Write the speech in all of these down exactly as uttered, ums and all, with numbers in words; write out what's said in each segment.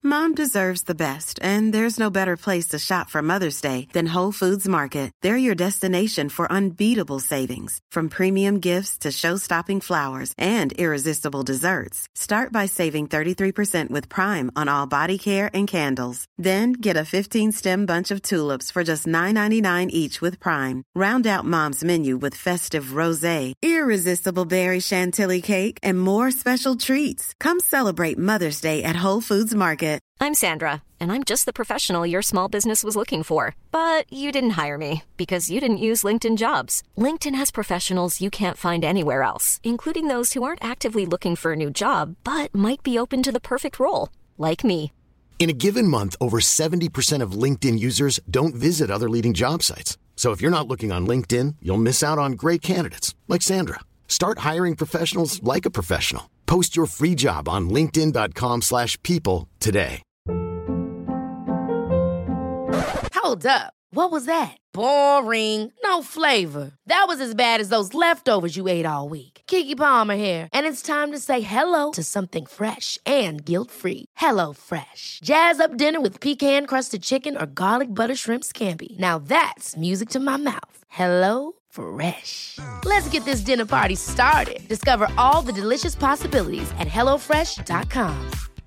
Mom deserves the best, and there's no better place to shop for Mother's Day than Whole Foods Market. They're your destination for unbeatable savings, from premium gifts to show-stopping flowers and irresistible desserts. Start by saving thirty-three percent with Prime on all body care and candles. Then get a fifteen-stem bunch of tulips for just nine ninety-nine each with Prime. Round out Mom's menu with festive rosé, irresistible berry chantilly cake, and more special treats. Come celebrate Mother's Day at Whole Foods Market. I'm Sandra, and I'm just the professional your small business was looking for. But you didn't hire me because you didn't use LinkedIn Jobs. LinkedIn has professionals you can't find anywhere else, including those who aren't actively looking for a new job, but might be open to the perfect role, like me. In a given month, over seventy percent of LinkedIn users don't visit other leading job sites. So if you're not looking on LinkedIn, you'll miss out on great candidates, like Sandra. Start hiring professionals like a professional. Post your free job on linkedin.com slash people today. Hold up. What was that? Boring. No flavor. That was as bad as those leftovers you ate all week. Keke Palmer here. And it's time to say hello to something fresh and guilt-free. Hello Fresh. Jazz up dinner with pecan-crusted chicken or garlic butter shrimp scampi. Now that's music to my mouth. Hello Fresh. Let's get this dinner party started. Discover all the delicious possibilities at hello fresh dot com.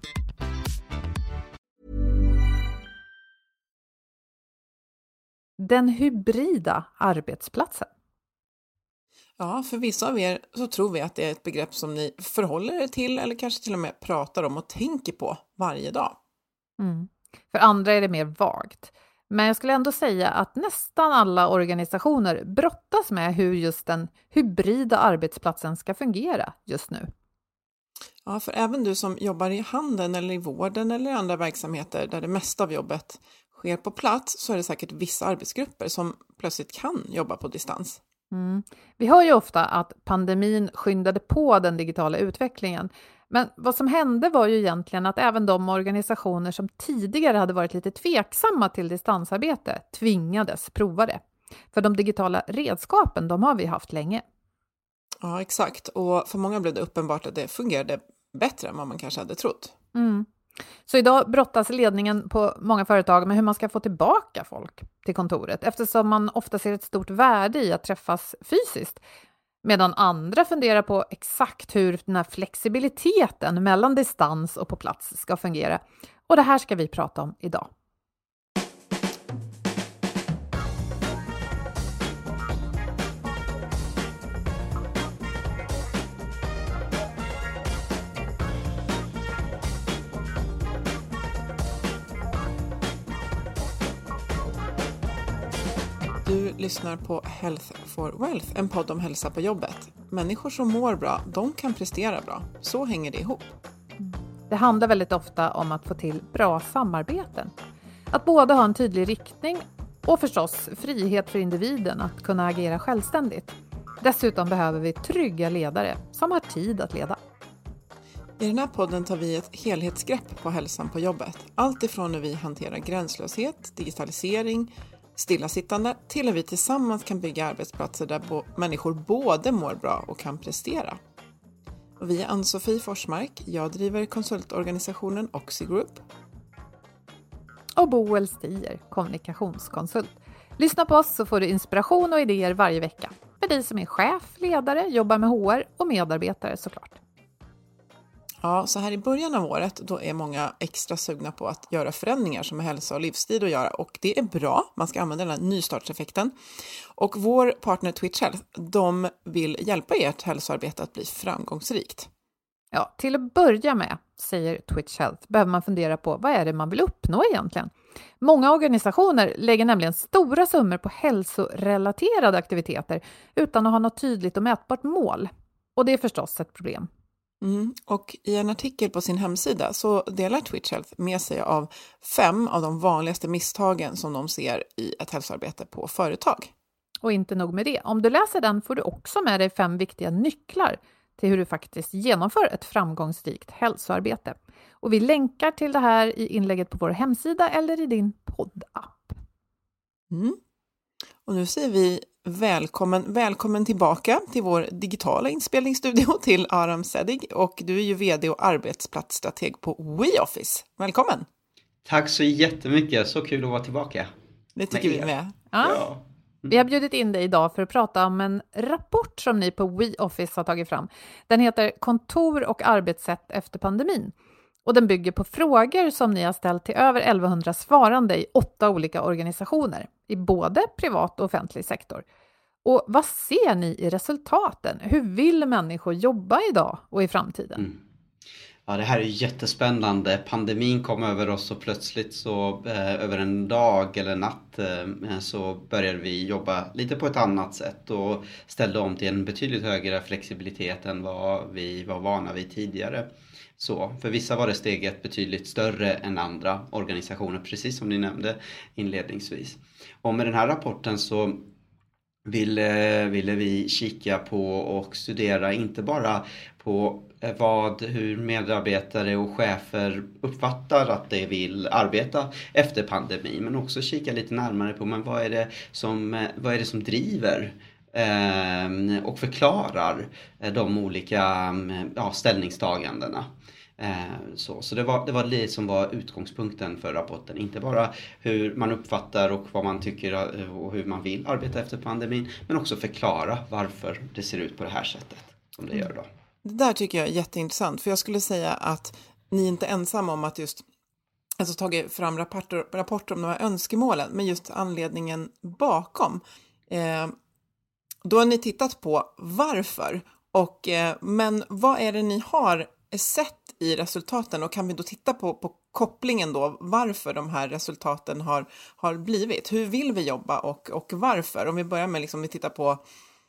Den hybrida arbetsplatsen. Ja, för vissa av er så tror vi att det är ett begrepp som ni förhåller er till eller kanske till och med pratar om och tänker på varje dag. Mm. För andra är det mer vagt. Men jag skulle ändå säga att nästan alla organisationer brottas med hur just den hybrida arbetsplatsen ska fungera just nu. Ja, för även du som jobbar i handeln eller i vården eller i andra verksamheter där det mesta av jobbet sker på plats, så är det säkert vissa arbetsgrupper som plötsligt kan jobba på distans. Mm. Vi hör ju ofta att pandemin skyndade på den digitala utvecklingen. Men vad som hände var ju egentligen att även de organisationer som tidigare hade varit lite tveksamma till distansarbete tvingades prova det. För de digitala redskapen, de har vi haft länge. Ja, exakt. Och för många blev det uppenbart att det fungerade bättre än vad man kanske hade trott. Mm. Så idag brottas ledningen på många företag med hur man ska få tillbaka folk till kontoret, eftersom man ofta ser ett stort värde i att träffas fysiskt. Medan andra funderar på exakt hur den här flexibiliteten mellan distans och på plats ska fungera. Och det här ska vi prata om idag. Du lyssnar på Health for Wealth, en podd om hälsa på jobbet. Människor som mår bra, de kan prestera bra. Så hänger det ihop. Det handlar väldigt ofta om att få till bra samarbeten. Att båda ha en tydlig riktning och förstås frihet för individen att kunna agera självständigt. Dessutom behöver vi trygga ledare som har tid att leda. I den här podden tar vi ett helhetsgrepp på hälsan på jobbet. Allt ifrån när vi hanterar gränslöshet, digitalisering, stillasittande till att vi tillsammans kan bygga arbetsplatser där bo- människor både mår bra och kan prestera. Och vi är Ann-Sofie Forsmark, jag driver konsultorganisationen Oxigroup. Och Boel Stier, kommunikationskonsult. Lyssna på oss så får du inspiration och idéer varje vecka. För dig som är chef, ledare, jobbar med H R och medarbetare såklart. Ja, så här i början av året då är många extra sugna på att göra förändringar som är hälsa och livsstil att göra. Och det är bra, man ska använda den här nystartseffekten. Och vår partner Twitch Health, de vill hjälpa ert hälsoarbete att bli framgångsrikt. Ja, till att börja med, säger Twitch Health, behöver man fundera på vad är det man vill uppnå egentligen. Många organisationer lägger nämligen stora summor på hälsorelaterade aktiviteter utan att ha något tydligt och mätbart mål. Och det är förstås ett problem. Mm. Och i en artikel på sin hemsida så delar Twitch Health med sig av fem av de vanligaste misstagen som de ser i ett hälsoarbete på företag. Och inte nog med det. Om du läser den får du också med dig fem viktiga nycklar till hur du faktiskt genomför ett framgångsrikt hälsoarbete. Och vi länkar till det här i inlägget på vår hemsida eller i din poddapp. Mm. Och nu säger vi välkommen, välkommen tillbaka till vår digitala inspelningsstudio till Aram Sedig. Och du är ju vd och arbetsplatsstrateg på WeOffice. Välkommen! Tack så jättemycket, så kul att vara tillbaka. Det tycker vi med. Ja. Ja. Vi har bjudit in dig idag för att prata om en rapport som ni på WeOffice har tagit fram. Den heter Kontor och arbetssätt efter pandemin. Och den bygger på frågor som ni har ställt till över elvahundra svarande i åtta olika organisationer. I både privat och offentlig sektor. Och vad ser ni i resultaten? Hur vill människor jobba idag och i framtiden? Mm. Ja, det här är jättespännande. Pandemin kom över oss och plötsligt så eh, över en dag eller natt eh, så började vi jobba lite på ett annat sätt och ställde om till en betydligt högre flexibilitet än vad vi var vana vid tidigare. Så, för vissa var det steget betydligt större än andra organisationer, precis som ni nämnde inledningsvis. Och med den här rapporten så ville, ville vi kika på och studera inte bara på vad, hur medarbetare och chefer uppfattar att de vill arbeta efter pandemin, men också kika lite närmare på men vad är det som, vad är det som driver eh, och förklarar de olika ja, ställningstagandena. Så, så det var, det var det som var utgångspunkten för rapporten. Inte bara hur man uppfattar och vad man tycker och hur man vill arbeta efter pandemin, men också förklara varför det ser ut på det här sättet som det gör då. Det där tycker jag är jätteintressant, för jag skulle säga att ni är inte ensamma om att just alltså, tagit fram rapporter, rapporter om de här önskemålen, men just anledningen bakom. Eh, då har ni tittat på varför, och, eh, men vad är det ni har sett i resultaten, och kan vi då titta på, på kopplingen då, varför de här resultaten har, har blivit? Hur vill vi jobba och, och varför? Om vi börjar med liksom, vi tittar på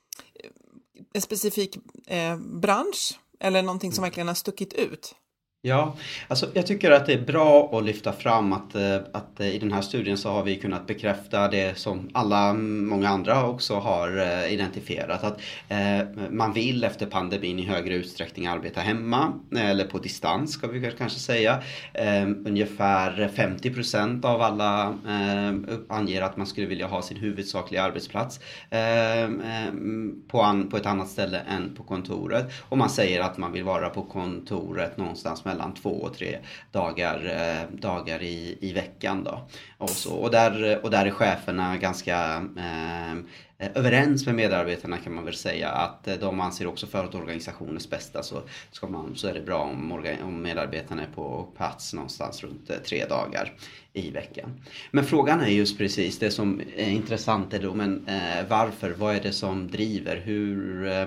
en specifik eh, bransch eller någonting som verkligen har stuckit ut. Ja, alltså jag tycker att det är bra att lyfta fram att, att i den här studien så har vi kunnat bekräfta det som alla, många andra också har identifierat. Att eh, man vill efter pandemin i högre utsträckning arbeta hemma eller på distans, ska vi kanske säga. Eh, ungefär femtio procent av alla eh, anger att man skulle vilja ha sin huvudsakliga arbetsplats eh, på, an, på ett annat ställe än på kontoret. Och man säger att man vill vara på kontoret någonstans mellan två och tre dagar, eh, dagar i, i veckan då. Och, så, och, där, och där är cheferna ganska eh, överens med medarbetarna, kan man väl säga, att de anser också för att organisationens bästa så, ska man, så är det bra om, om medarbetarna är på plats någonstans runt tre dagar i veckan. Men frågan är just precis det som är intressant är då, men eh, varför, vad är det som driver, hur eh,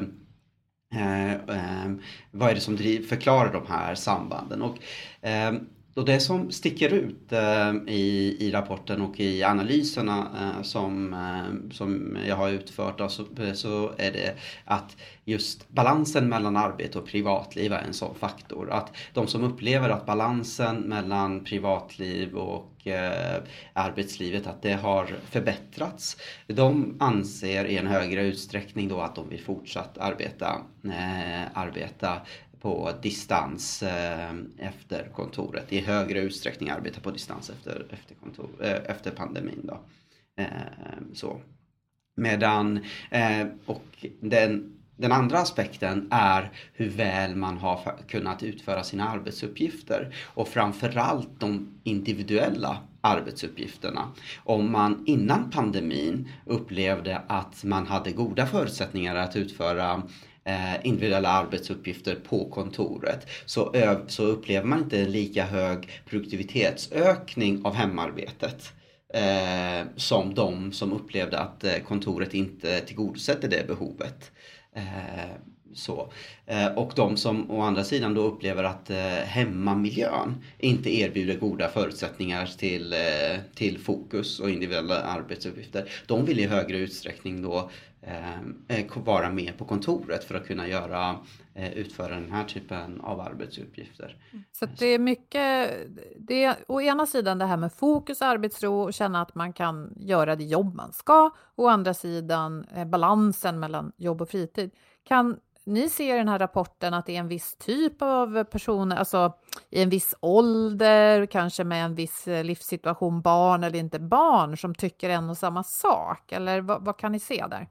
Eh, eh, vad är det som driv, förklarar de här sambanden? Och, eh, och det som sticker ut eh, i, i rapporten och i analyserna eh, som, eh, som jag har utfört då, så, så är det att just balansen mellan arbete och privatliv är en sån faktor. Att de som upplever att balansen mellan privatliv och eh, arbetslivet, att det har förbättrats, de anser i en högre utsträckning då att de vill fortsatt arbeta, eh, arbeta på distans eh, efter kontoret. I högre utsträckning arbeta på distans efter, efter, kontor, eh, efter pandemin då. Eh, så. Medan, eh, och den Den andra aspekten är hur väl man har kunnat utföra sina arbetsuppgifter, och framförallt de individuella arbetsuppgifterna. Om man innan pandemin upplevde att man hade goda förutsättningar att utföra eh, individuella arbetsuppgifter på kontoret, så, ö- så upplever man inte en lika hög produktivitetsökning av hemarbetet. Eh, som de som upplevde att eh, kontoret inte tillgodosätter det behovet. Eh, så. Eh, och de som å andra sidan då upplever att eh, hemmamiljön inte erbjuder goda förutsättningar till, eh, till fokus och individuella arbetsuppgifter, de vill i högre utsträckning då eh, vara med på kontoret för att kunna göra, eh, utföra den här typen av arbetsuppgifter. Så det är mycket, det är å ena sidan det här med fokus, arbetsro och känna att man kan göra det jobb man ska, och å andra sidan eh, balansen mellan jobb och fritid. Kan ni ser i den här rapporten att det är en viss typ av personer, alltså i en viss ålder, kanske med en viss livssituation, barn eller inte barn, som tycker en och samma sak? Eller vad, vad kan ni se där?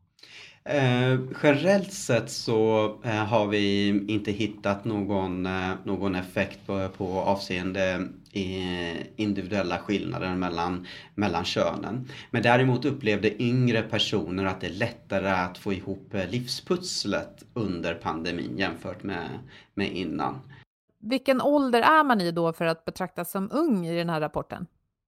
Eh, generellt sett så eh, har vi inte hittat någon, eh, någon effekt på, på avseende i individuella skillnader mellan, mellan könen. Men däremot upplevde yngre personer att det är lättare att få ihop livspusslet under pandemin jämfört med, med innan. Vilken ålder är man i då för att betraktas som ung i den här rapporten?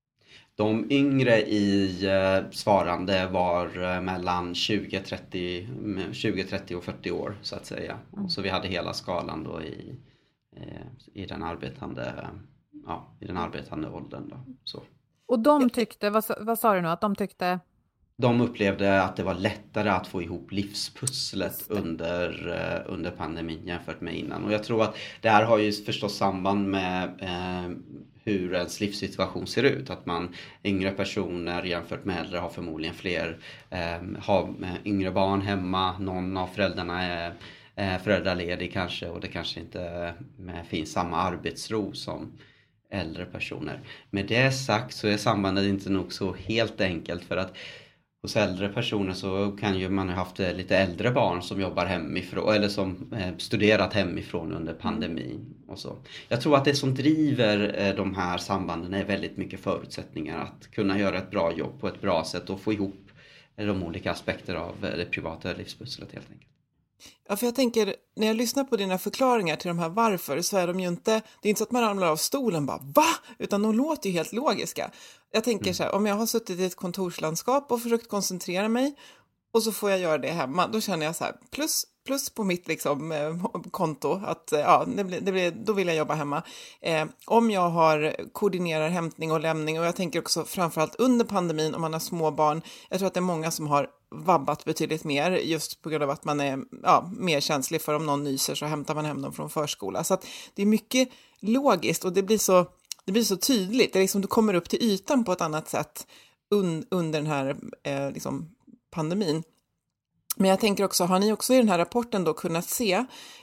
De yngre i eh, svarande var eh, mellan tjugo, trettio, tjugo, trettio och fyrtio år så att säga. Mm. Så vi hade hela skalan då i, eh, i, den, arbetande, ja, i den arbetande åldern. Då. Så. Och de tyckte, vad, vad sa du nu, att de tyckte? De upplevde att det var lättare att få ihop livspusslet under, eh, under pandemin jämfört med innan. Och jag tror att det här har ju förstås samband med eh, hur ens livssituation ser ut. Att man, yngre personer jämfört med äldre, har förmodligen fler, eh, har yngre barn hemma. Någon av föräldrarna är eh, föräldraledig kanske, och det kanske inte eh, finns samma arbetsro som äldre personer. Med det sagt så är sambandet inte nog så helt enkelt, för att hos äldre personer så kan ju man ha haft lite äldre barn som jobbar hemifrån eller som eh, studerat hemifrån under pandemin och så. Jag tror att det som driver eh, de här sambanden är väldigt mycket förutsättningar att kunna göra ett bra jobb på ett bra sätt och få ihop eh, de olika aspekter av eh, det privata livspusslet helt enkelt. Ja, för jag tänker, när jag lyssnar på dina förklaringar till de här varför, så är de ju inte, det är inte så att man ramlar av stolen bara, va? Utan de låter ju helt logiska. Jag tänker mm. så här, om jag har suttit i ett kontorslandskap och försökt koncentrera mig, och så får jag göra det hemma, då känner jag så här, plus, plus på mitt liksom, eh, konto, att ja, det blir, det blir, då vill jag jobba hemma. Eh, om jag har koordinerar hämtning och lämning, och jag tänker också framförallt under pandemin, om man har små barn, jag tror att det är många som har vabbat betydligt mer just på grund av att man är ja, mer känslig för om någon nyser så hämtar man hem dem från förskola. Så att det är mycket logiskt, och det blir så, det blir så tydligt. Det är liksom, du kommer upp till ytan på ett annat sätt un, under den här eh, liksom pandemin. Men jag tänker också, har ni också i den här rapporten då kunnat se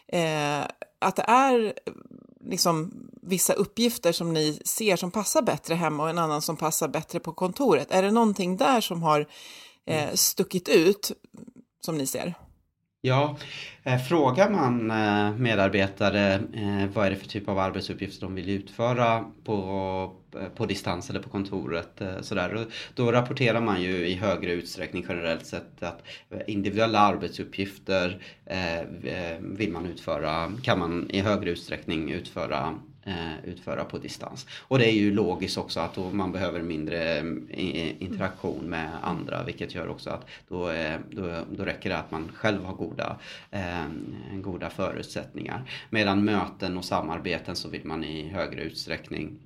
eh, att det är liksom vissa uppgifter som ni ser som passar bättre hemma och en annan som passar bättre på kontoret? Är det någonting där som har eh, stuckit ut som ni ser? Ja, eh, frågar man eh, medarbetare eh, vad är det för typ av arbetsuppgifter de vill utföra på, på distans eller på kontoret, eh, sådär, då rapporterar man ju i högre utsträckning generellt sett att individuella arbetsuppgifter eh, vill man utföra, kan man i högre utsträckning utföra utföra på distans. Och det är ju logiskt också att då man behöver mindre interaktion med andra, vilket gör också att då, då, då räcker det att man själv har goda, eh, goda förutsättningar. Medan möten och samarbeten så vill man i högre utsträckning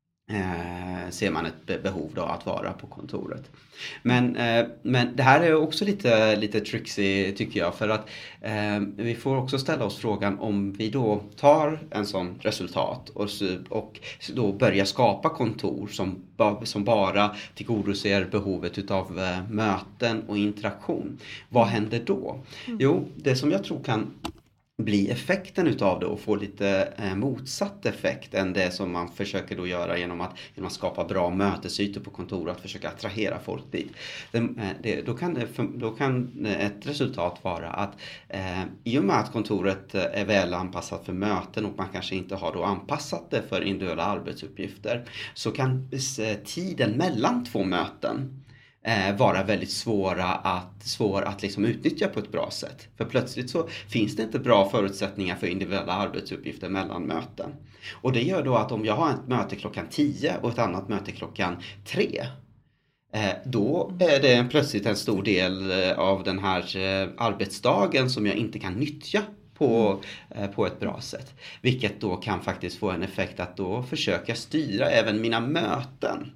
Eh, ser man ett behov då att vara på kontoret. Men, eh, men det här är också lite, lite tricksy tycker jag, för att eh, vi får också ställa oss frågan om vi då tar en sån resultat och, och då börjar skapa kontor som, som bara tillgodoser behovet utav eh, möten och interaktion. Vad händer då? Mm. Jo, det som jag tror kan bli effekten utav det och få lite eh, motsatt effekt än det som man försöker då göra genom att, genom att skapa bra mötesytor på kontoret, att försöka attrahera folk dit. Det, eh, det, då, kan det, då kan ett resultat vara att eh, i och med att kontoret är väl anpassat för möten och man kanske inte har då anpassat det för individuella arbetsuppgifter, så kan eh, tiden mellan två möten Eh, vara väldigt svåra att, svår att liksom utnyttja på ett bra sätt. För plötsligt så finns det inte bra förutsättningar för individuella arbetsuppgifter mellan möten. Och det gör då att om jag har ett möte klockan tio och ett annat möte klockan tre, eh, då är det plötsligt en stor del av den här eh, arbetsdagen som jag inte kan nyttja på, eh, på ett bra sätt. Vilket då kan faktiskt få en effekt att då försöka styra även mina möten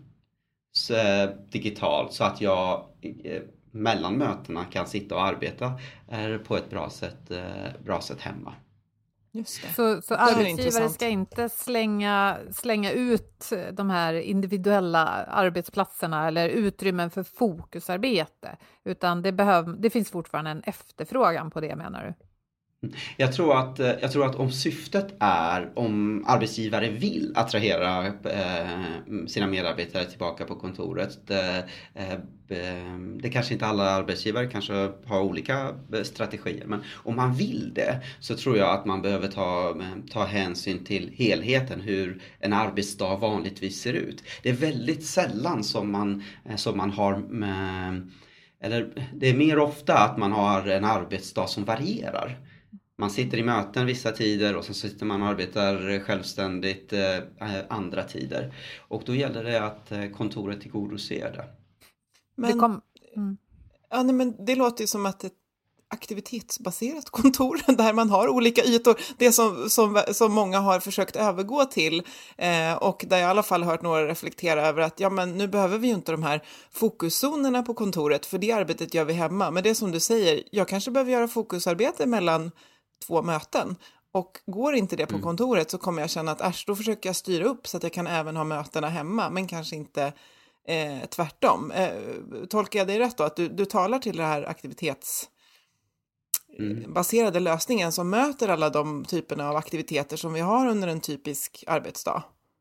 digitalt, så att jag eh, mellan mötena kan sitta och arbeta eh, på ett bra sätt, eh, bra sätt hemma. Just det. Så, så arbetsgivare ska inte slänga, slänga ut de här individuella arbetsplatserna eller utrymmen för fokusarbete, utan det, behöv, det finns fortfarande en efterfrågan på det, menar du? Jag tror, att, jag tror att om syftet är, om arbetsgivare vill attrahera eh, sina medarbetare tillbaka på kontoret. Det, eh, det kanske inte alla arbetsgivare kanske har olika strategier. Men om man vill det så tror jag att man behöver ta, ta hänsyn till helheten. Hur en arbetsdag vanligtvis ser ut. Det är väldigt sällan som man, som man har... Med, eller det är mer ofta att man har en arbetsdag som varierar. Man sitter i möten vissa tider och sen sitter man och arbetar självständigt eh, andra tider. Och då gäller det att eh, kontoret tillgodoser det. Men, det, kom... mm. ja, nej, men det låter ju som att ett aktivitetsbaserat kontor där man har olika ytor, det som, som, som många har försökt övergå till eh, och där jag i alla fall hört några reflektera över att ja, men nu behöver vi ju inte de här fokuszonerna på kontoret, för det arbetet gör vi hemma. Men det är som du säger, jag kanske behöver göra fokusarbete mellan två möten. Och går inte det på kontoret så kommer jag känna att äsch, då försöker jag styra upp så att jag kan även ha mötena hemma, men kanske inte eh, tvärtom. Eh, tolkar jag dig rätt då? Att du, du talar till det här aktivitetsbaserade mm. lösningen som möter alla de typerna av aktiviteter som vi har under en typisk arbetsdag?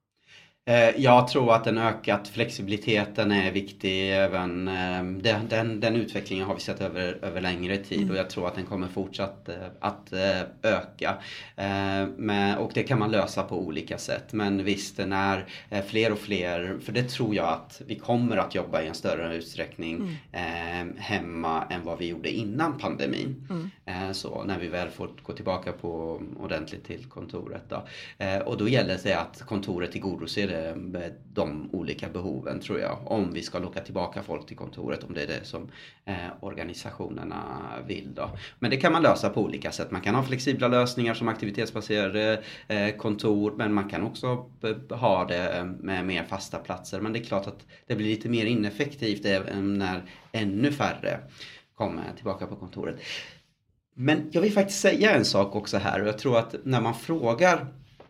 Jag tror att den ökat flexibiliteten är viktig. Även, den, den, den utvecklingen har vi sett över, över längre tid mm. och jag tror att den kommer fortsatt att öka. Och det kan man lösa på olika sätt. Men visst, när fler och fler, för det tror jag att vi kommer att jobba i en större utsträckning mm. hemma än vad vi gjorde innan pandemin. Mm. Så när vi väl får gå tillbaka på ordentligt till kontoret. Då. Och då gäller det att kontoret tillgodoser de olika behoven, tror jag, om vi ska locka tillbaka folk till kontoret, om det är det som eh, organisationerna vill då. Men det kan man lösa på olika sätt. Man kan ha flexibla lösningar som aktivitetsbaserade eh, kontor, men man kan också ha det med mer fasta platser. Men det är klart att det blir lite mer ineffektivt även när ännu färre kommer tillbaka på kontoret. Men jag vill faktiskt säga en sak också här, och jag tror att när man frågar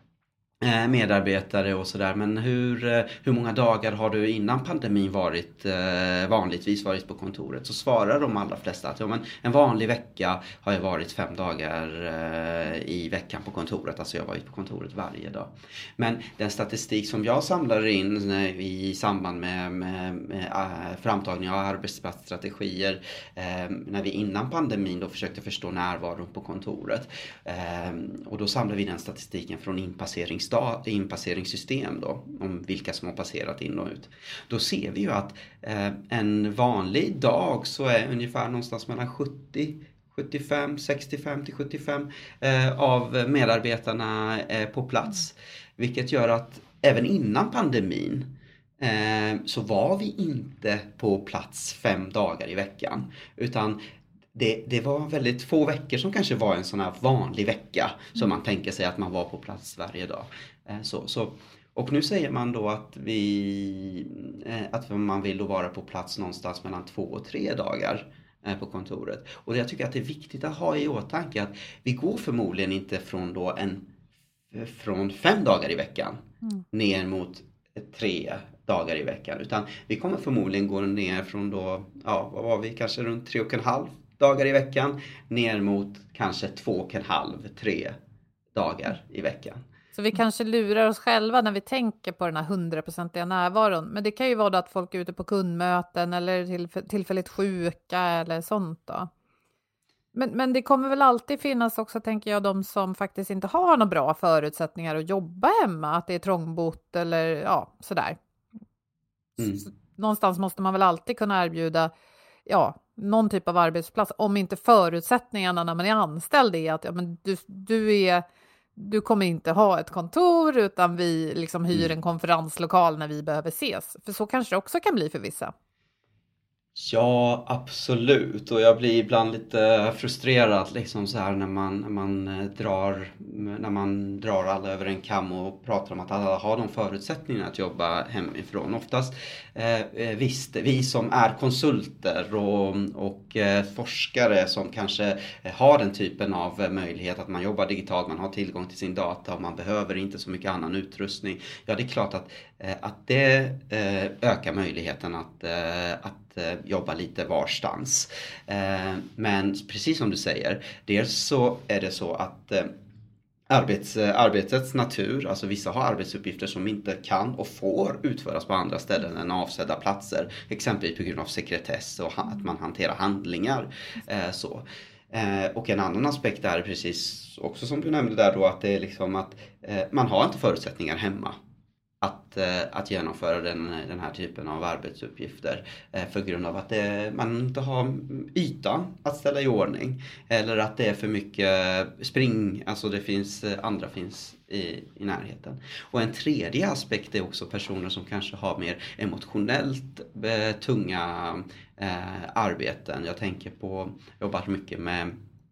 medarbetare och sådär, men hur, hur många dagar har du innan pandemin varit eh, vanligtvis varit på kontoret, så svarar de allra flesta att ja, men en vanlig vecka har jag varit fem dagar eh, i veckan på kontoret, alltså jag har varit på kontoret varje dag. Men den statistik som jag samlar in i samband med, med, med äh, framtagning av arbetsplatsstrategier eh, när vi innan pandemin då försökte förstå närvaron på kontoret eh, och då samlar vi den statistiken från inpasserings inpasseringssystem då, om vilka som har passerat in och ut. Då ser vi ju att eh, en vanlig dag så är ungefär någonstans mellan sjuttio, sjuttiofem, sextiofem till sjuttiofem eh, av medarbetarna eh, på plats. Vilket gör att även innan pandemin eh, så var vi inte på plats fem dagar i veckan, utan Det, det var väldigt få veckor som kanske var en sån här vanlig vecka som man tänker sig att man var på plats varje dag. Så, så, och nu säger man då att, vi, att man vill då vara på plats någonstans mellan två och tre dagar på kontoret. Och jag tycker att det är viktigt att ha i åtanke att vi går förmodligen inte från, då en, från fem dagar i veckan mm. ner mot tre dagar i veckan. Utan vi kommer förmodligen gå ner från då, ja, vad var vi, kanske runt tre och en halv dagar i veckan ner mot kanske två och en halv, tre dagar i veckan. Så vi kanske lurar oss själva när vi tänker på den här hundraprocentiga närvaron. Men det kan ju vara då att folk är ute på kundmöten eller till, tillfälligt sjuka eller sånt då. Men, men det kommer väl alltid finnas också, tänker jag, de som faktiskt inte har några bra förutsättningar att jobba hemma. Att det är trångbott eller ja, sådär. Mm. Så, någonstans måste man väl alltid kunna erbjuda ja, någon typ av arbetsplats. Om inte förutsättningarna när man är anställd är att ja, men du, du, är, du kommer inte ha ett kontor utan vi liksom hyr en konferenslokal när vi behöver ses. För så kanske det också kan bli för vissa. Ja, absolut. Och jag blir ibland lite frustrerad liksom så här när man, när man drar när man drar alla över en kam och pratar om att alla har de förutsättningarna att jobba hemifrån. Oftast eh, visst, vi som är konsulter och, och eh, forskare som kanske har den typen av möjlighet att man jobbar digitalt, man har tillgång till sin data och man behöver inte så mycket annan utrustning. Ja, det är klart att, eh, att det eh, ökar möjligheten att, eh, att jobba lite varstans. Eh, men precis som du säger, dels så är det så att eh, Arbets, arbetets natur, alltså vissa har arbetsuppgifter som inte kan och får utföras på andra ställen än avsedda platser. Exempelvis på grund av sekretess och att man hanterar handlingar. Eh, så. Eh, och en annan aspekt är precis också som du nämnde där då, att det är liksom att eh, man har inte förutsättningar hemma att, eh, att genomföra den, den här typen av arbetsuppgifter eh, för grund av att det, man inte har yta att ställa i ordning, eller att det är för mycket spring, alltså det finns, andra finns i, i närheten. Och en tredje aspekt är också personer som kanske har mer emotionellt eh, tunga eh, arbeten. Jag tänker på, jobbat mycket med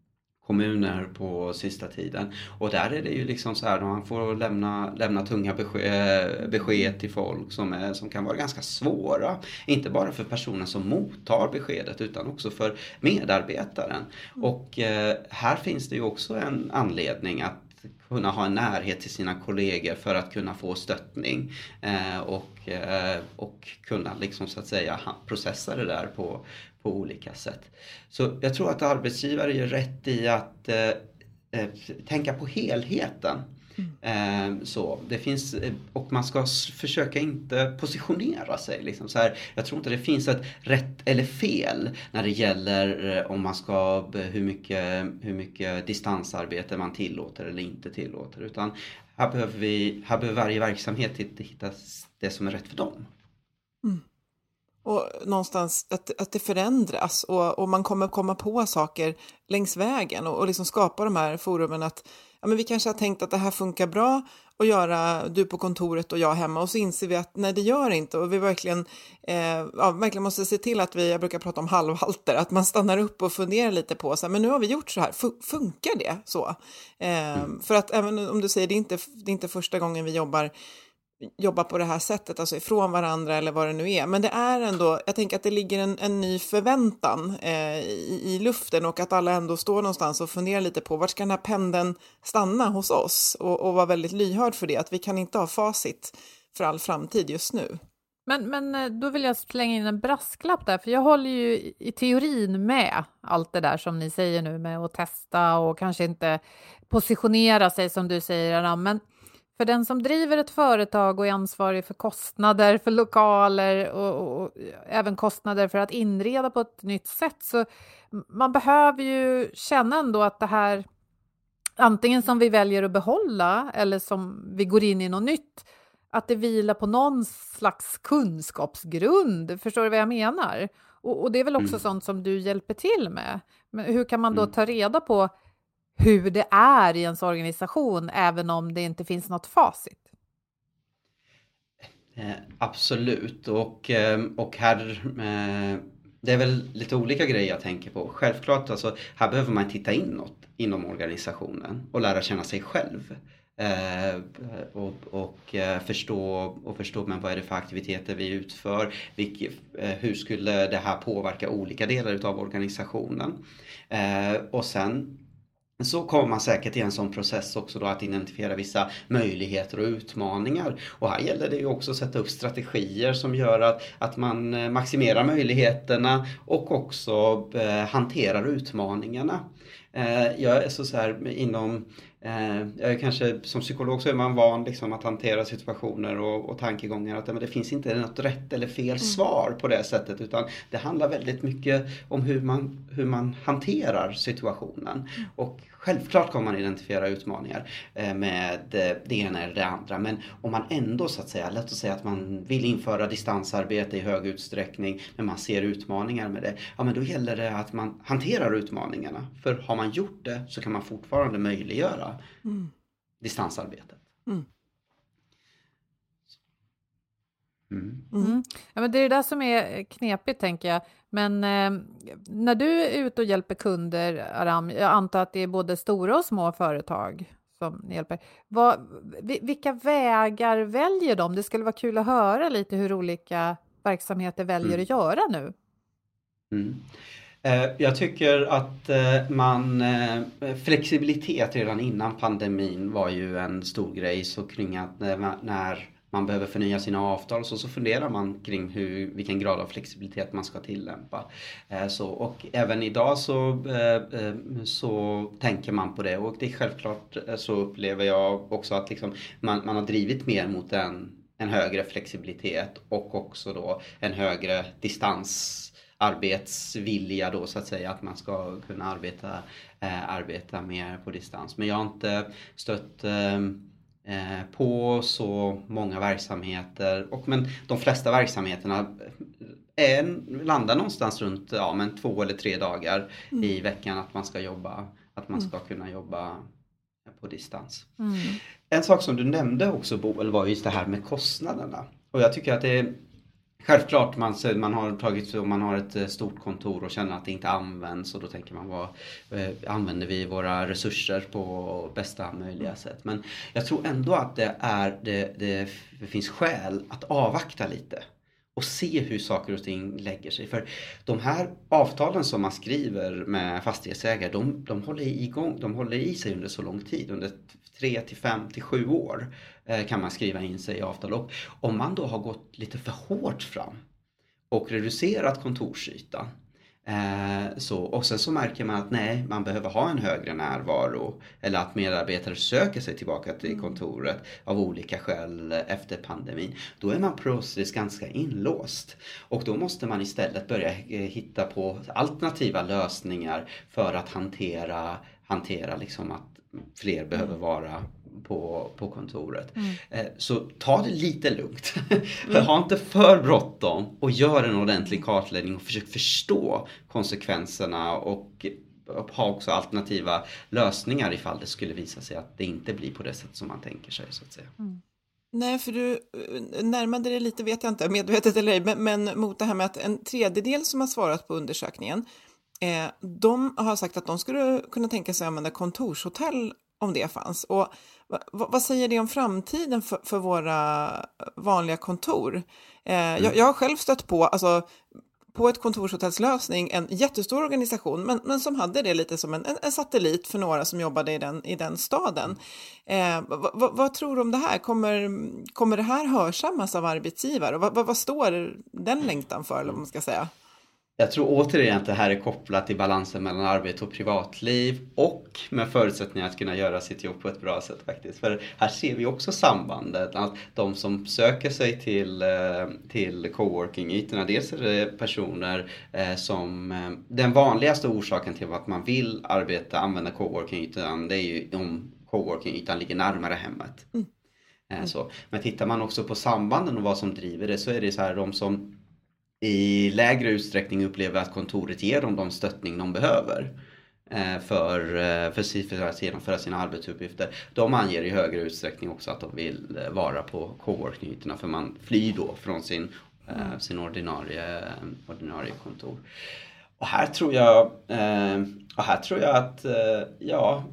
kommuner på sista tiden. Och där är det ju liksom så här, man får lämna, lämna tunga besked, besked till folk som, är, som kan vara ganska svåra. Inte bara för personen som mottar beskedet utan också för medarbetaren. Mm. Och eh, här finns det ju också en anledning att kunna ha en närhet till sina kollegor för att kunna få stöttning eh, och, eh, och kunna liksom så att säga processa det där på, på olika sätt. Så jag tror att arbetsgivare gör rätt i att eh, eh, tänka på helheten. Mm. Eh, så det finns, och man ska försöka inte positionera sig liksom så här. Jag tror inte det finns ett rätt eller fel när det gäller eh, om man ska hur mycket, hur mycket distansarbete man tillåter eller inte tillåter, utan här behöver vi, här behöver varje verksamhet hitta det som är rätt för dem. Mm. Och någonstans att, att det förändras och, och man kommer komma på saker längs vägen och, och liksom skapa de här forumen att ja, men vi kanske har tänkt att det här funkar bra att göra, du på kontoret och jag hemma, och så inser vi att nej, det gör inte, och vi verkligen, eh, ja, verkligen måste se till att vi, jag brukar prata om halvhalter, att man stannar upp och funderar lite på så här, men nu har vi gjort så här, funkar det så? Eh, mm. För att även om du säger det är inte, det är inte första gången vi jobbar jobba på det här sättet, alltså ifrån varandra eller vad det nu är. Men det är ändå, jag tänker att det ligger en, en ny förväntan eh, i, i luften, och att alla ändå står någonstans och funderar lite på vart ska den här pendeln stanna hos oss, och, och vara väldigt lyhörd för det, att vi kan inte ha facit för all framtid just nu. Men, men då vill jag slänga in en brasklapp där, för jag håller ju i teorin med allt det där som ni säger nu med att testa och kanske inte positionera sig som du säger, Aram, men för den som driver ett företag och är ansvarig för kostnader för lokaler och, och, och även kostnader för att inreda på ett nytt sätt, så man behöver ju känna ändå att det här, antingen som vi väljer att behålla eller som vi går in i något nytt, att det vilar på någon slags kunskapsgrund. Förstår du vad jag menar? Och, och det är väl också mm. sånt som du hjälper till med. Men hur kan man då ta reda på hur det är i ens organisation, även om det inte finns något facit? Eh, absolut. Och, eh, och här, eh, det är väl lite olika grejer jag tänker på. Självklart, alltså, här behöver man titta inåt inom organisationen och lära känna sig själv. Eh, och, och eh, förstå och förstå men vad är det för aktiviteter vi utför, vilket, eh, hur skulle det här påverka olika delar av organisationen, eh, och sen så kommer man säkert i en sån process också då att identifiera vissa möjligheter och utmaningar. Och här gäller det ju också att sätta upp strategier som gör att, att man maximerar möjligheterna och också eh, hanterar utmaningarna. Eh, jag är så, så här inom... Eh, jag är kanske som psykolog så är man van liksom att hantera situationer och, och tankegångar att men det finns inte något rätt eller fel mm. svar på det sättet, utan det handlar väldigt mycket om hur man, hur man hanterar situationen. Mm. Och självklart kommer man identifiera utmaningar eh, med det ena eller det andra, men om man ändå så att säga, lätt att säga att man vill införa distansarbete i hög utsträckning, men man ser utmaningar med det, ja men då gäller det att man hanterar utmaningarna, för har man gjort det så kan man fortfarande möjliggöra Mm. distansarbetet. Mm. Mm. Mm. Ja, men det är det där som är knepigt, tänker jag. Men eh, när du är ute och hjälper kunder, Aram, jag antar att det är både stora och små företag som hjälper. Vad, vilka vägar väljer de? Det skulle vara kul att höra lite hur olika verksamheter väljer mm. att göra nu. Mm. Jag tycker att man, flexibilitet redan innan pandemin var ju en stor grej, så kring att när man behöver förnya sina avtal, så, så funderar man kring hur, vilken grad av flexibilitet man ska tillämpa. Eh, så, och även idag så, eh, så tänker man på det, och det är självklart så upplever jag också att liksom man, man har drivit mer mot en, en högre flexibilitet och också då en högre distansarbetsvilja då, så att säga, att man ska kunna arbeta, eh, arbeta mer på distans. Men jag har inte stött eh, på så många verksamheter, och men de flesta verksamheterna är, landar någonstans runt ja, men två eller tre dagar mm. i veckan att man ska jobba, att man ska mm. kunna jobba på distans. Mm. En sak som du nämnde också, Boel, var just det här med kostnaderna. Och jag tycker att det är självklart, man, man har tagit, om man har ett stort kontor och känner att det inte används, och då tänker man, vad eh, använder vi våra resurser på bästa möjliga sätt. Men jag tror ändå att det, är, det, det finns skäl att avvakta lite och se hur saker och ting lägger sig. För de här avtalen som man skriver med fastighetsägare, de, de, håller, igång, de håller i sig under så lång tid. Under tre till fem till sju år eh, kan man skriva in sig i avtal. Och om man då har gått lite för hårt fram och reducerat kontorsytan, Eh, så, och sen så märker man att nej, man behöver ha en högre närvaro, eller att medarbetare söker sig tillbaka till kontoret av olika skäl efter pandemin. Då är man plötsligt ganska inlåst, och då måste man istället börja hitta på alternativa lösningar för att hantera, hantera liksom att fler behöver vara på, på kontoret. Mm. Eh, så ta det lite lugnt. Mm. Ha inte för bråttom, och gör en ordentlig kartläggning och försök förstå konsekvenserna, och ha också alternativa lösningar ifall det skulle visa sig att det inte blir på det sätt som man tänker sig, så att säga. Mm. Nej, för du närmade det lite, vet jag inte, medvetet eller ej, men, men mot det här med att en tredjedel som har svarat på undersökningen, eh, de har sagt att de skulle kunna tänka sig att använda kontorshotell om det fanns. Och vad, vad säger det om framtiden för, för våra vanliga kontor? Eh, mm. jag, jag har själv stött på, alltså, på ett kontorshotellslösning, en jättestor organisation, men, men som hade det lite som en, en satellit för några som jobbade i den, i den staden. Eh, vad, vad, vad tror du om det här? Kommer, kommer det här hörsammas av arbetsgivare? Och vad, vad, vad står den längtan för, eller vad man ska säga? Jag tror återigen att det här är kopplat till balansen mellan arbete och privatliv, och med förutsättningar att kunna göra sitt jobb på ett bra sätt faktiskt. För här ser vi också sambandet, att de som söker sig till, till coworking-ytorna, dels är det personer som, den vanligaste orsaken till att man vill arbeta, använda coworking-ytan, det är ju om coworking-ytan ligger närmare hemmet. Mm. Mm. Så. Men tittar man också på sambanden och vad som driver det, så är det så här, de som i lägre utsträckning upplever att kontoret ger dem de stöttning de behöver för, för, för att genomföra sina arbetsuppgifter. De anger i högre utsträckning också att de vill vara på coworking-ytorna, för man flyr då från sin, mm. sin ordinarie, ordinarie kontor. Och här tror jag, och här tror jag att ja,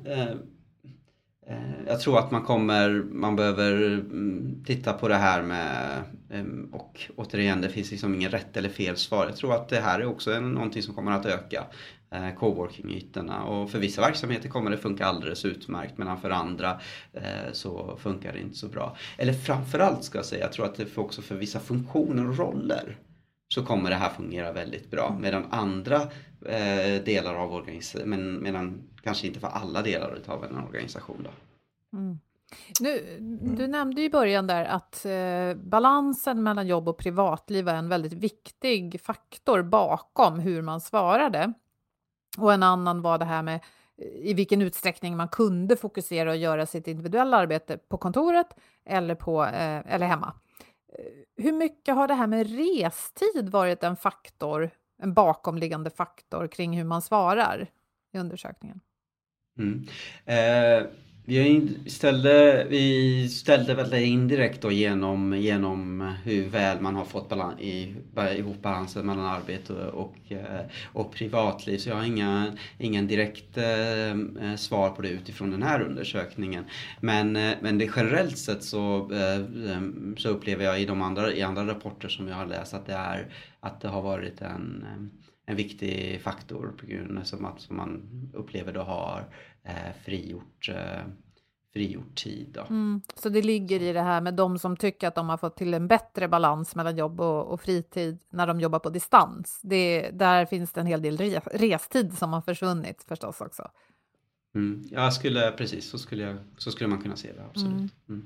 jag tror att man kommer, man behöver titta på det här med, och återigen, det finns liksom ingen rätt eller fel svar. Jag tror att det här är också en, någonting som kommer att öka, coworking-ytorna, och för vissa verksamheter kommer det funka alldeles utmärkt, medan för andra så funkar det inte så bra. Eller framförallt ska jag säga, jag tror att det för också för vissa funktioner och roller så kommer det här fungera väldigt bra, medan andra eh, delar av organisationen, men medan kanske inte för alla delar av en organisation då. Mm. Nu, du nämnde i början där att eh, balansen mellan jobb och privatliv är en väldigt viktig faktor bakom hur man svarade. Och en annan var det här med i vilken utsträckning man kunde fokusera och göra sitt individuella arbete på kontoret eller, på, eh, eller hemma. Hur mycket har det här med restid varit en faktor, en bakomliggande faktor kring hur man svarar i undersökningen? Mm. Eh, vi, ställde, vi ställde väl det indirekt då genom, genom hur väl man har fått balans, i, ihop balansen mellan arbete och, och privatliv. Så jag har inga, ingen direkt eh, svar på det utifrån den här undersökningen. Men, men det generellt sett så, eh, så upplever jag i, de andra, i andra rapporter som jag har läst att det, är, att det har varit en... en viktig faktor på grund av att som man upplever då har eh, frigjort, eh, frigjord tid. Då. Mm. Så det ligger i det här med de som tycker att de har fått till en bättre balans mellan jobb och, och fritid när de jobbar på distans. Det, där finns det en hel del re, restid som har försvunnit förstås också. Mm. Ja, skulle, precis. Så skulle, jag, så skulle man kunna se det, absolut. Mm. Mm.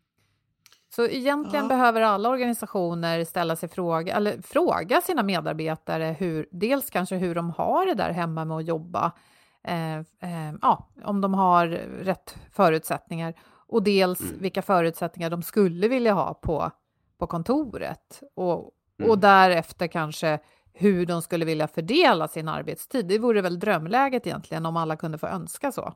Så egentligen ja. behöver alla organisationer ställa sig fråga, eller fråga sina medarbetare hur, dels kanske hur de har det där hemma med att jobba. Eh, eh, ja, om de har rätt förutsättningar. Och dels mm. vilka förutsättningar de skulle vilja ha på, på kontoret. Och, mm. och därefter kanske hur de skulle vilja fördela sin arbetstid. Det vore väl drömläget egentligen om alla kunde få önska så.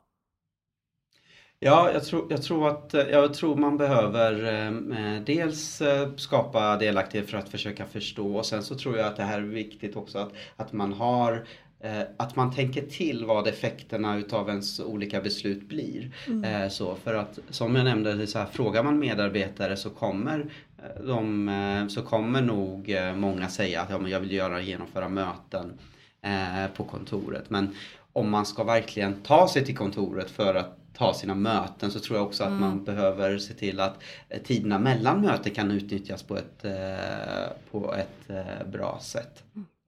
Ja, jag tror, jag tror att jag tror man behöver eh, dels eh, skapa delaktighet för att försöka förstå. Och sen så tror jag att det här är viktigt också att, att man har eh, att man tänker till vad effekterna utav ens olika beslut blir. Mm. Eh, så för att som jag nämnde, så här, frågar man medarbetare så kommer de, så kommer nog många säga att ja, men jag vill göra genomföra möten eh, på kontoret. Men om man ska verkligen ta sig till kontoret för att ta sina möten så tror jag också mm. att man behöver se till att tiderna mellan möten kan utnyttjas på ett, eh, på ett eh, bra sätt.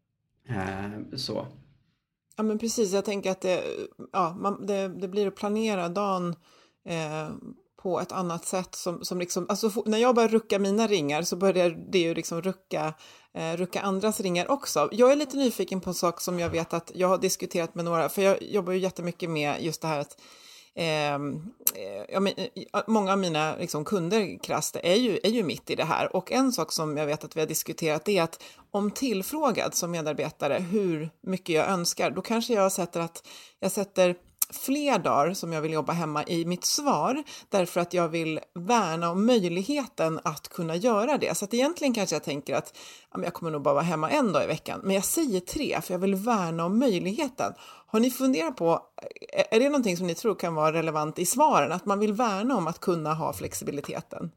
Eh, så. Ja men precis, jag tänker att det, ja, man, det, det blir att planera dagen eh, på ett annat sätt som, som liksom, alltså när jag börjar rucka mina ringar så börjar det ju liksom rucka, eh, rucka andras ringar också. Jag är lite nyfiken på en sak som jag vet att jag har diskuterat med några, för jag jobbar ju jättemycket med just det här att eh, ja, men, många av mina liksom, kunder krasst är ju, är ju mitt i det här. Och en sak som jag vet att vi har diskuterat är att om tillfrågad som medarbetare hur mycket jag önskar, då kanske jag sätter att jag sätter fler dagar som jag vill jobba hemma i mitt svar därför att jag vill värna om möjligheten att kunna göra det. Så att egentligen kanske jag tänker att ja, men jag kommer nog bara vara hemma en dag i veckan, men jag säger tre för jag vill värna om möjligheten. Har ni funderat på, är det någonting som ni tror kan vara relevant i svaren, att man vill värna om att kunna ha flexibiliteten?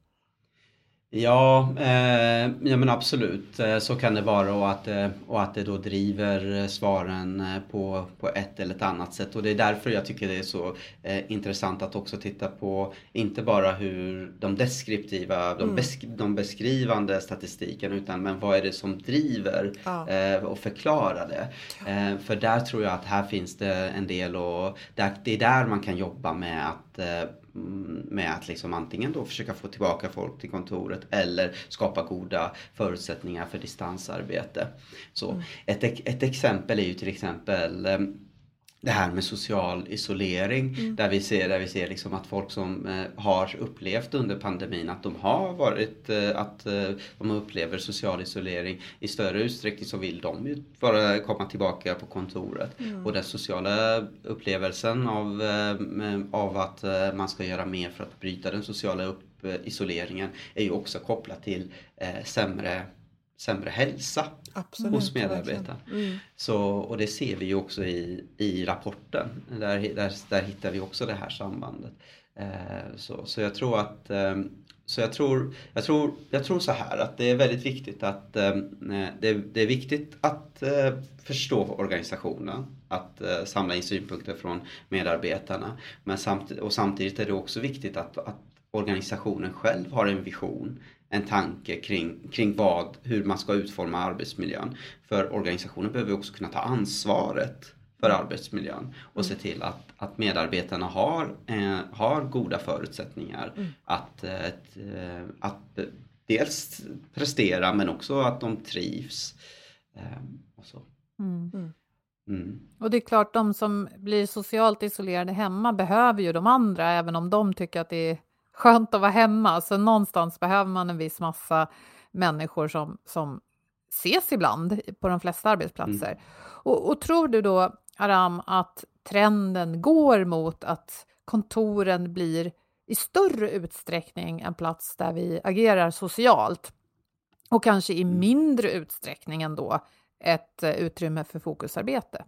Ja, eh, ja men absolut så kan det vara och att, och att det då driver svaren på, på ett eller ett annat sätt. Och det är därför jag tycker det är så eh, intressant att också titta på inte bara hur de deskriptiva, de, besk, de beskrivande statistiken utan men vad är det som driver ja. eh, och förklarar det. Eh, för där tror jag att här finns det en del och där, det är där man kan jobba med att eh, med att liksom antingen då försöka få tillbaka folk till kontoret eller skapa goda förutsättningar för distansarbete. Så mm. ett, ett exempel är ju till exempel det här med social isolering mm. där vi ser, där vi ser liksom att folk som eh, har upplevt under pandemin att de har varit eh, att eh, de upplever social isolering i större utsträckning så vill de ju bara komma tillbaka på kontoret mm. och den sociala upplevelsen av, eh, av att eh, man ska göra mer för att bryta den sociala upp, eh, isoleringen är ju också kopplat till eh, sämre sämre hälsa Absolut, hos medarbetare. Mm. Så, och det ser vi ju också i, i rapporten. Där, där, där hittar vi också det här sambandet. Eh, så, så jag tror att eh, så jag tror, jag, tror, jag tror så här att det är väldigt viktigt att eh, det, det är viktigt att eh, förstå organisationen. Att eh, samla in synpunkter från medarbetarna. Men samt, och samtidigt är det också viktigt att, att organisationen själv har en vision, en tanke kring, kring vad, hur man ska utforma arbetsmiljön. För organisationen behöver också kunna ta ansvaret för arbetsmiljön och mm. se till att, att medarbetarna har, eh, har goda förutsättningar mm. att, eh, att dels prestera men också att de trivs. Eh, och, så. Mm. Mm. Mm. Och det är klart, de som blir socialt isolerade hemma behöver ju de andra även om de tycker att det är skönt att vara hemma. Så någonstans behöver man en viss massa människor som, som ses ibland på de flesta arbetsplatser. Mm. Och, och tror du då, Aram, att trenden går mot att kontoren blir i större utsträckning en plats där vi agerar socialt och kanske i mindre utsträckning ändå ett utrymme för fokusarbete?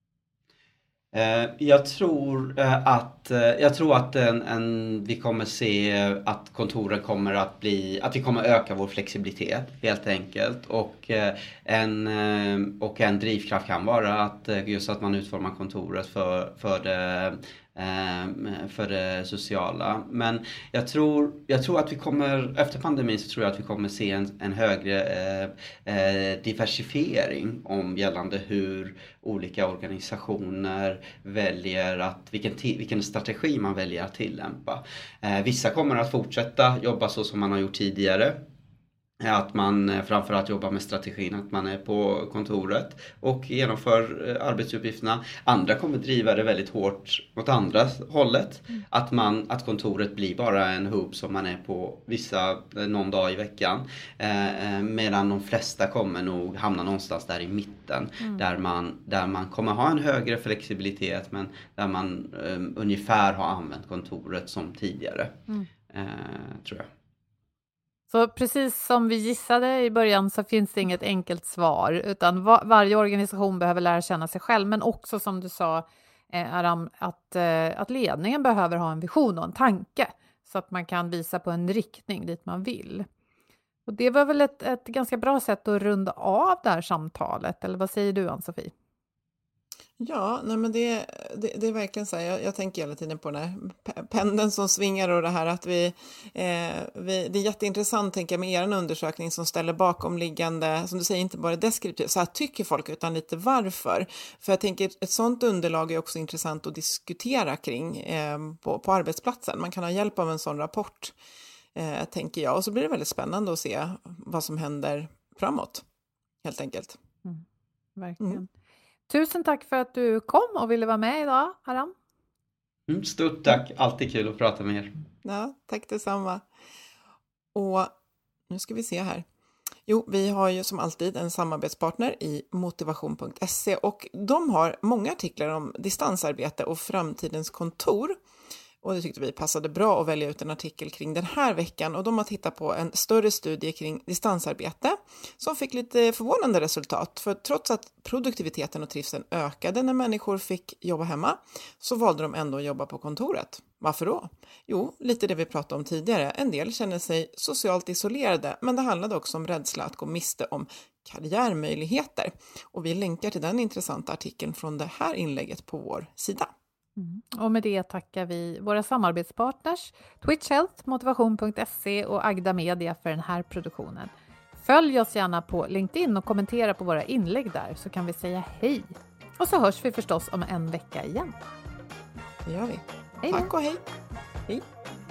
Jag tror att, jag tror att en, en, vi kommer se att kontoren kommer att bli, att vi kommer öka vår flexibilitet helt enkelt. Och en, och en drivkraft kan vara att just att man utformar kontoret för, för det för det sociala. Men jag tror, jag tror att vi kommer, efter pandemin så tror jag att vi kommer se en, en högre eh, diversifiering om gällande hur olika organisationer väljer att, vilken, vilken strategi man väljer att tillämpa. Eh, vissa kommer att fortsätta jobba så som man har gjort tidigare. Att man framförallt jobbar med strategin att man är på kontoret och genomför arbetsuppgifterna. Andra kommer driva det väldigt hårt åt andra hållet. Mm. Att, man, att kontoret blir bara en hub som man är på vissa någon dag i veckan. Eh, medan de flesta kommer nog hamna någonstans där i mitten. Mm. Där, man, där man kommer ha en högre flexibilitet men där man eh, ungefär har använt kontoret som tidigare. Mm. Eh, tror jag. Så precis som vi gissade i början så finns det inget enkelt svar utan var, varje organisation behöver lära känna sig själv men också som du sa eh, Aram, att, eh, att ledningen behöver ha en vision och en tanke så att man kan visa på en riktning dit man vill. Och det var väl ett, ett ganska bra sätt att runda av det här samtalet, eller vad säger du Ann-Sofie? Ja, nej men det, det, det är verkligen så här, jag, jag tänker hela tiden på den här pendeln som svingar och det här att vi, eh, vi, det är jätteintressant tänker jag med er undersökning som ställer bakomliggande, som du säger inte bara deskriptivt, så här tycker folk utan lite varför. För jag tänker ett sånt underlag är också intressant att diskutera kring eh, på, på arbetsplatsen. Man kan ha hjälp av en sån rapport eh, tänker jag och så blir det väldigt spännande att se vad som händer framåt helt enkelt. Mm, verkligen. Mm. Tusen tack för att du kom och ville vara med idag, Aram. Mm, stort tack, alltid kul att prata med er. Ja, tack detsamma. Och nu ska vi se här. Jo, vi har ju som alltid en samarbetspartner i motivation punkt se och de har många artiklar om distansarbete och framtidens kontor. Och det tyckte vi passade bra att välja ut en artikel kring den här veckan. Och de har tittat på en större studie kring distansarbete som fick lite förvånande resultat. För trots att produktiviteten och trivseln ökade när människor fick jobba hemma så valde de ändå att jobba på kontoret. Varför då? Jo, lite det vi pratade om tidigare. En del känner sig socialt isolerade men det handlade också om rädsla att gå miste om karriärmöjligheter. Och vi länkar till den intressanta artikeln från det här inlägget på vår sida. Mm. Och med det tackar vi våra samarbetspartners Twitch Health, motivation punkt se och Agda Media för den här produktionen. Följ oss gärna på LinkedIn och kommentera på våra inlägg där så kan vi säga hej. Och så hörs vi förstås om en vecka igen. Det gör vi. Hej Tack och hej. Hej.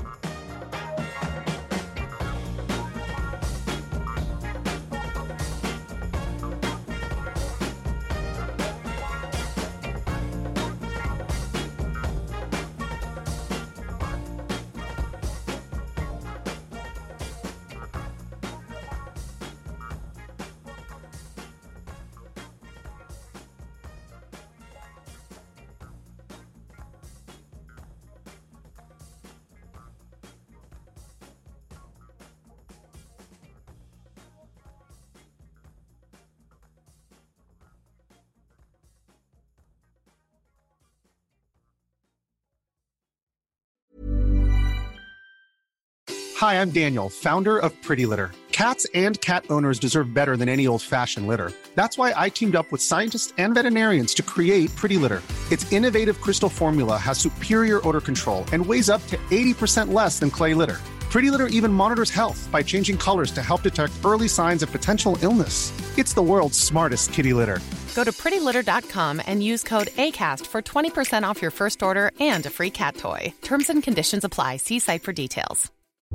Hi, I'm Daniel, founder of Pretty Litter. Cats and cat owners deserve better than any old-fashioned litter. That's why I teamed up with scientists and veterinarians to create Pretty Litter. Its innovative crystal formula has superior odor control and weighs up to eighty percent less than clay litter. Pretty Litter even monitors health by changing colors to help detect early signs of potential illness. It's the world's smartest kitty litter. Go to pretty litter dot com and use code ACAST for twenty percent off your first order and a free cat toy. Terms and conditions apply. See site for details.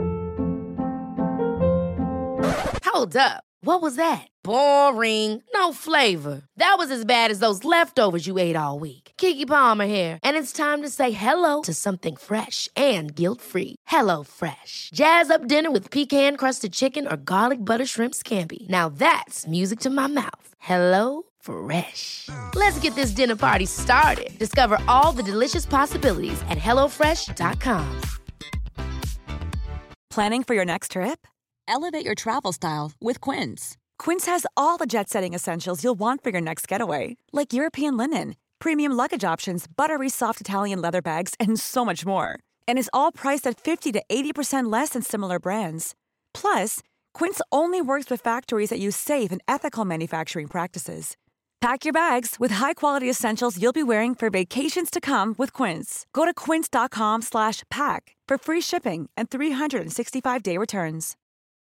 Hold up. What was that? Boring. No flavor. That was as bad as those leftovers you ate all week. Keke Palmer here, and it's time to say hello to something fresh and guilt-free. Hello Fresh. Jazz up dinner with pecan-crusted chicken or garlic butter shrimp scampi. Now that's music to my mouth. Hello Fresh. Let's get this dinner party started. Discover all the delicious possibilities at hello fresh dot com. Planning for your next trip? Elevate your travel style with Quince. Quince has all the jet-setting essentials you'll want for your next getaway, like European linen, premium luggage options, buttery soft Italian leather bags, and so much more. And is all priced at fifty to eighty percent less than similar brands. Plus, Quince only works with factories that use safe and ethical manufacturing practices. Pack your bags with high-quality essentials you'll be wearing for vacations to come with Quince. Go to quince.com slash pack for free shipping and three sixty-five day returns.